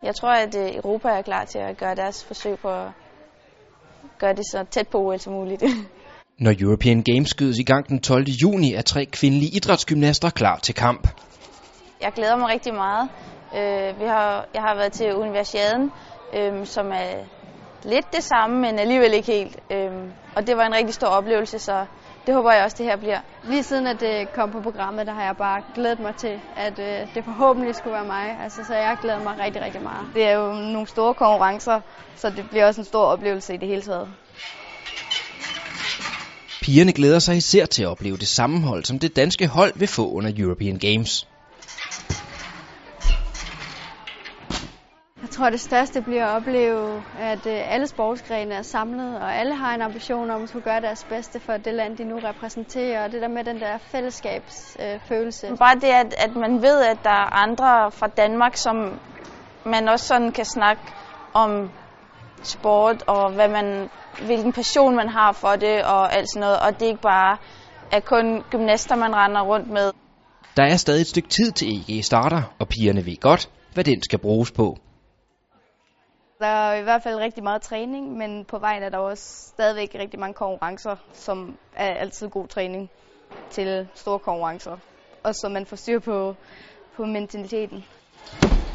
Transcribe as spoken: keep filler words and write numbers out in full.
Jeg tror, at Europa er klar til at gøre deres forsøg på at gøre det så tæt på O L som muligt. Når European Games skydes i gang den tolvte juni, er tre kvindelige idrætsgymnaster klar til kamp. Jeg glæder mig rigtig meget. Vi har, jeg har været til Universiaden, som er lidt det samme, men alligevel ikke helt. Og det var en rigtig stor oplevelse, så det håber jeg også, det her bliver. Lige siden at det kom på programmet, der har jeg bare glædet mig til, at det forhåbentlig skulle være mig. Altså, så jeg glæder mig rigtig, rigtig meget. Det er jo nogle store konkurrencer, så det bliver også en stor oplevelse i det hele taget. Pigerne glæder sig især til at opleve det sammenhold, som det danske hold vil få under European Games. Jeg tror, det største bliver at opleve, at alle sportsgrene er samlet, og alle har en ambition om at skulle gøre deres bedste for det land, de nu repræsenterer, og det der med den der fællesskabsfølelse. Øh, Bare det, at, at man ved, at der er andre fra Danmark, som man også sådan kan snakke om sport, og hvad man, hvilken passion man har for det, og alt sådan noget, og det ikke bare er kun gymnaster, man render rundt med. Der er stadig et stykke tid til E G starter, og pigerne ved godt, hvad den skal bruges på. Der er i hvert fald rigtig meget træning, men på vejen er der også stadigvæk rigtig mange konkurrencer, som er altid god træning til store konkurrencer. Og så man får styr på, på mentaliteten.